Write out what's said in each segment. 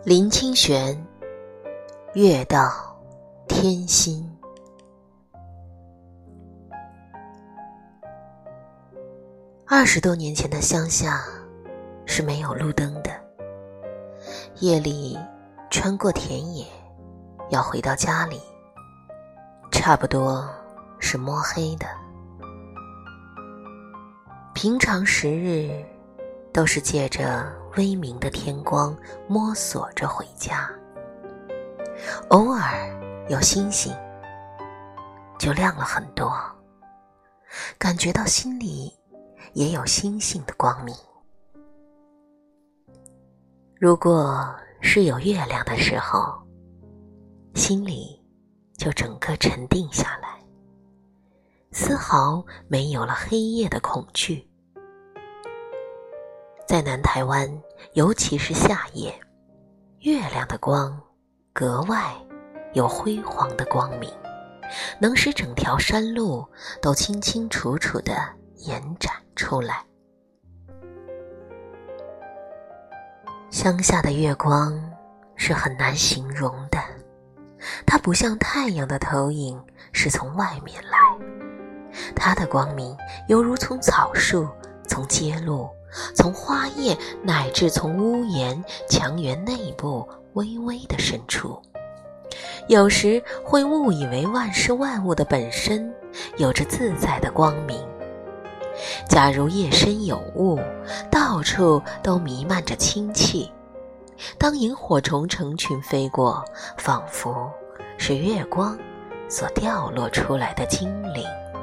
林清玄，月到天心。20多年前的乡下是没有路灯的，夜里穿过田野，要回到家里，差不多是摸黑的。平常时日都是借着微明的天光摸索着回家，偶尔有星星就亮了很多，感觉到心里也有星星的光明。如果是有月亮的时候，心里就整个沉定下来，丝毫没有了黑夜的恐惧。在南台湾，尤其是夏夜，月亮的光格外有辉煌的光明，能使整条山路都清清楚楚地延展出来。乡下的月光是很难形容的，它不像太阳的投影是从外面来，它的光明犹如从草树、从街路、从花叶乃至从屋檐、墙垣内部微微的渗出，有时会误以为万事万物的本身有着自在的光明。假如夜深有雾，到处都弥漫着清气，当萤火虫成群飞过，仿佛是月光所掉落出来的精灵。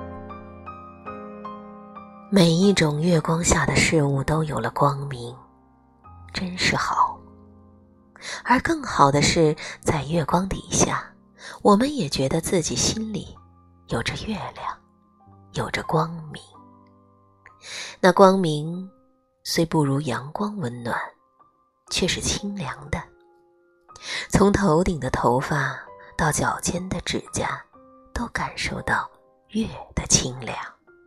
每一种月光下的事物都有了光明，真是好。而更好的是，在月光底下，我们也觉得自己心里有着月亮，有着光明。那光明虽不如阳光温暖，却是清凉的，从头顶的头发到脚尖的指甲，都感受到月的清凉。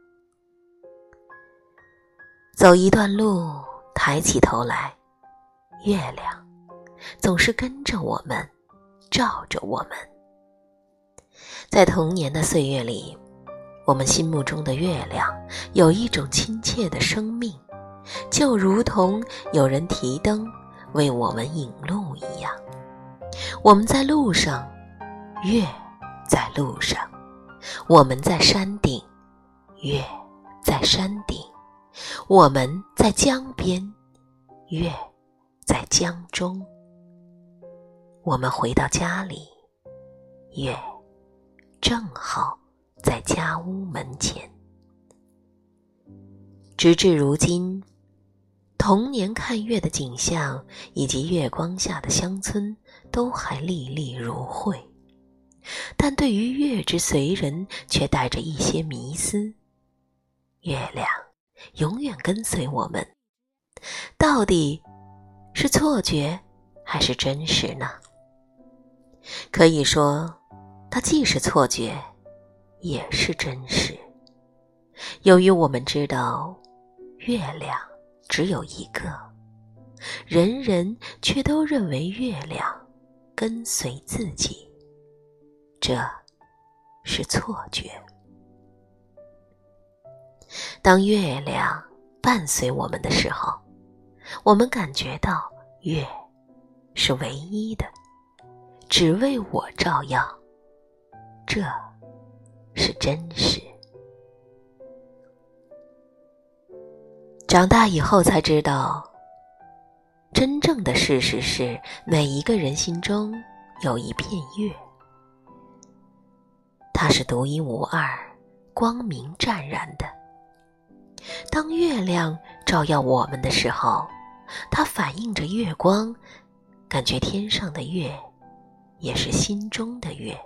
走一段路，抬起头来，月亮总是跟着我们，照着我们。在童年的岁月里，我们心目中的月亮有一种亲切的生命，就如同有人提灯为我们引路一样。我们在路上，月在路上；我们在山顶，月在山顶；我们在江边，月在江中；我们回到家里，月正好在家屋门前。直至如今，童年看月的景象以及月光下的乡村都还历历如绘，但对于月之随人却带着一些迷思。月亮永远跟随我们，到底是错觉还是真实呢？可以说，它既是错觉，也是真实。由于我们知道月亮只有一个，人人却都认为月亮跟随自己，这是错觉。当月亮伴随我们的时候，我们感觉到月是唯一的，只为我照耀，这是真实。长大以后才知道，真正的事实是每一个人心中有一片月，它是独一无二、光明湛然的。当月亮照耀我们的时候，它反映着月光，感觉天上的月也是心中的月。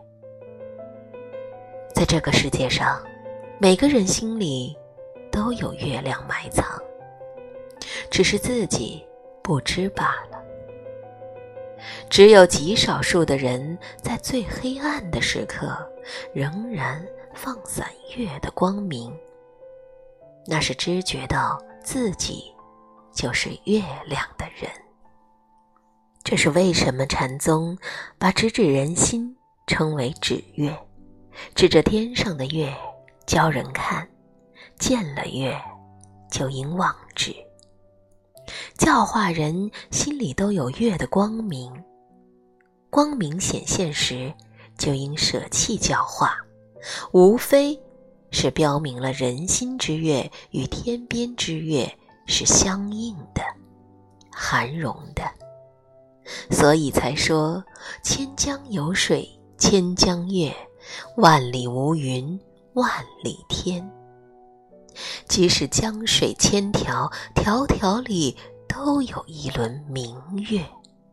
在这个世界上，每个人心里都有月亮埋藏，只是自己不知罢了。只有极少数的人在最黑暗的时刻仍然放散月的光明，那是知觉到自己就是月亮的人。 这是为什么禅宗把直指人心称为指月，指着天上的月教人看，见了月就应忘之，教化人心里都有月的光明，光明显现时就应舍弃教化，无非是标明了人心之月与天边之月是相应的、含容的，所以才说千江有水千江月，万里无云万里天。即使江水千条，条条里都有一轮明月。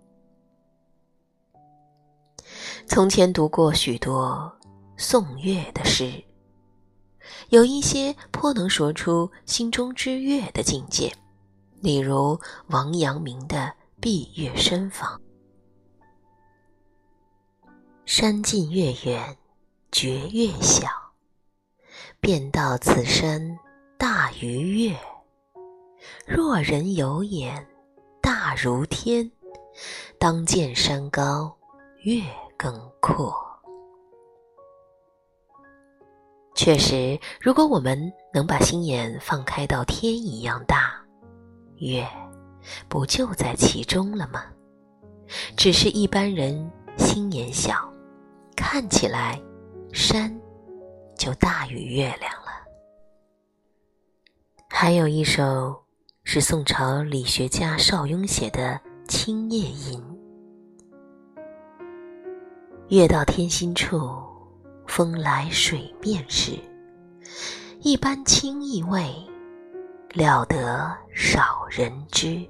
从前读过许多颂月的诗，有一些颇能说出心中之月的境界，例如王阳明的《闭月深访》：山近月远觉月小，便道此山大于月，若人有眼大如天，当见山高月更阔。确实，如果我们能把心眼放开到天一样大，月不就在其中了吗？只是一般人心眼小，看起来山就大于月亮了。还有一首是宋朝理学家邵雍写的《青叶吟》：月到天心处，风来水面时，一般轻易味，料得少人知。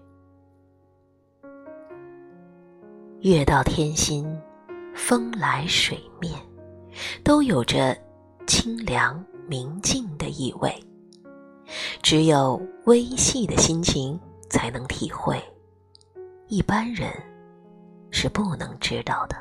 月到天心，风来水面，都有着清凉明净的意味，只有微细的心情才能体会，一般人是不能知道的。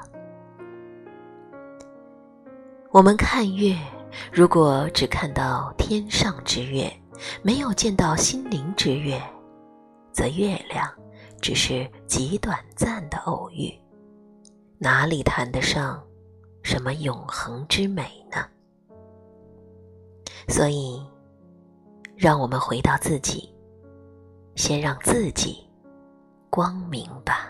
我们看月，如果只看到天上之月，没有见到心灵之月，则月亮只是极短暂的偶遇，哪里谈得上什么永恒之美呢？所以让我们回到自己，先让自己光明吧。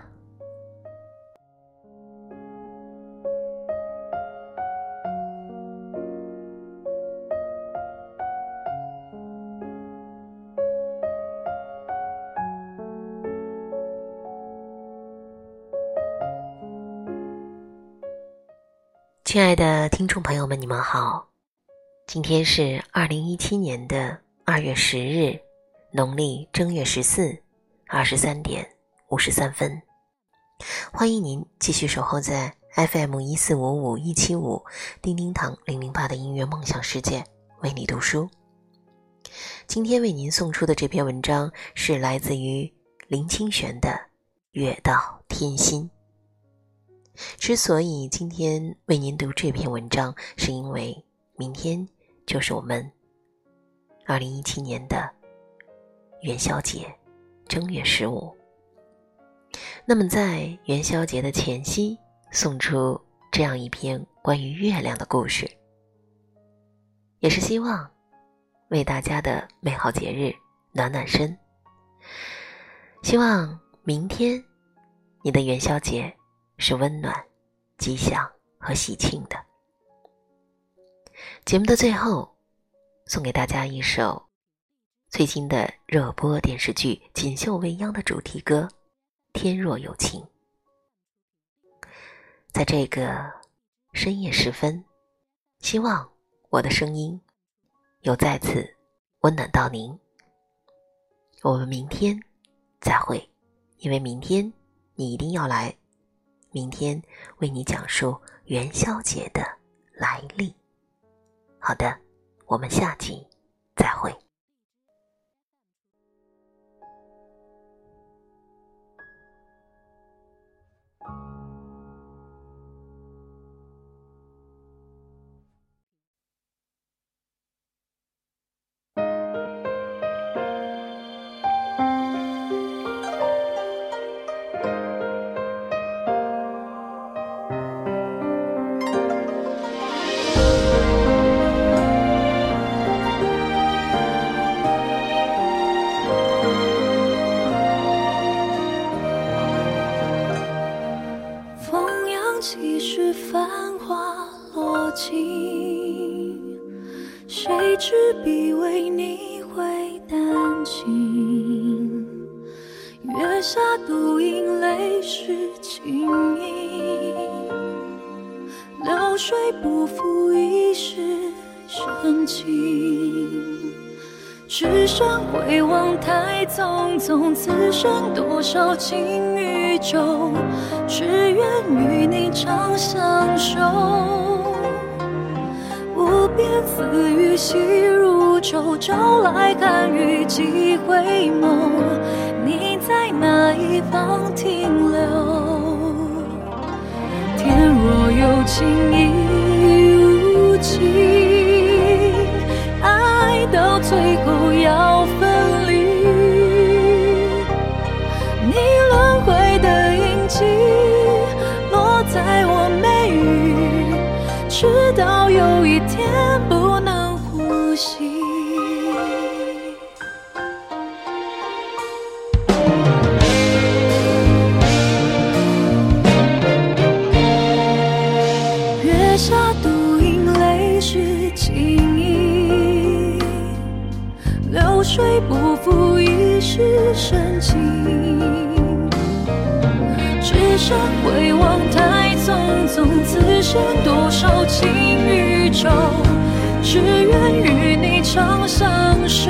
亲爱的听众朋友们，你们好，今天是2017年的2月10日，农历正月14 23点53分。欢迎您继续守候在 FM1455175 叮叮堂008的音乐梦想世界，为你读书。今天为您送出的这篇文章是来自于林清玄的《月到天心》。之所以今天为您读这篇文章，是因为明天就是我们2017年的元宵节，正月15。那么在元宵节的前夕，送出这样一篇关于月亮的故事，也是希望为大家的美好节日暖暖身。希望明天你的元宵节是温暖、吉祥和喜庆的。节目的最后，送给大家一首最近的热播电视剧《锦绣未央》的主题歌《天若有情》。在这个深夜时分，希望我的声音又再次温暖到您。我们明天再会，因为明天你一定要来，明天为你讲述元宵节的来历。好的，我们下集再会。 起时繁华落尽，谁执笔为你绘丹青？月下独饮泪湿青衣，流水不负一世深情。只身回望太匆匆，此生多少情与愁，只愿与你长相守。无边丝雨细如愁，朝来寒雨几回眸，你在哪一方停留？天若有情亦无情，爱到最后要分离。你轮回的印记落在我眉宇，直到有一天不能呼吸。月下独饮泪湿青衣，流水不负一世深情。只身回望太匆匆，此生多少情与愁，只愿与你长相守。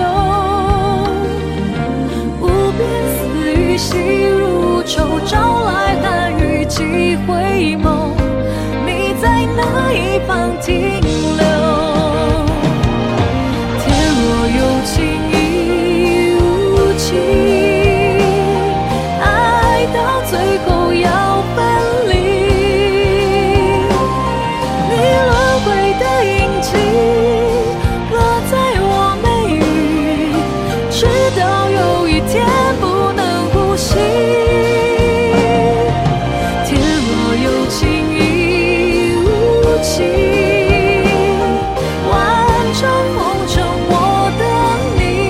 无边丝雨细如愁，朝来寒雨几回眸，你在哪一方停留？天若有情亦无情，爱到最后要分离。你轮回的印记落在我眉宇，直到有一天不能呼吸。天若有情亦无情，万丈红尘我等你，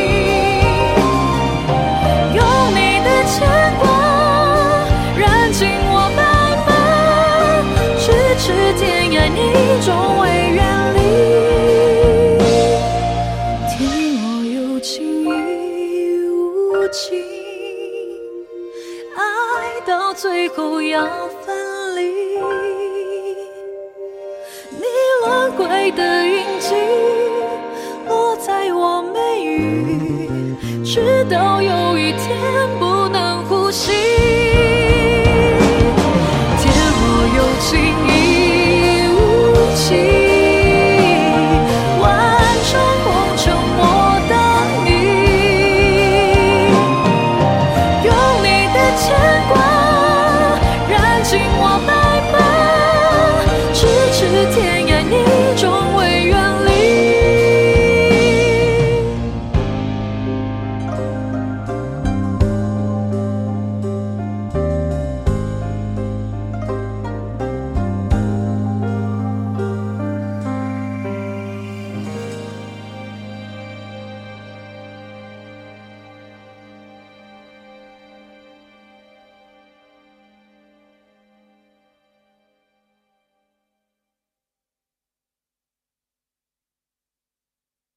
用你的牵挂燃尽我白马，咫尺天涯你终未远离。天若有情亦无情，爱到最后要分离。你轮回的印记落在我眉宇，直到有一天不能呼吸。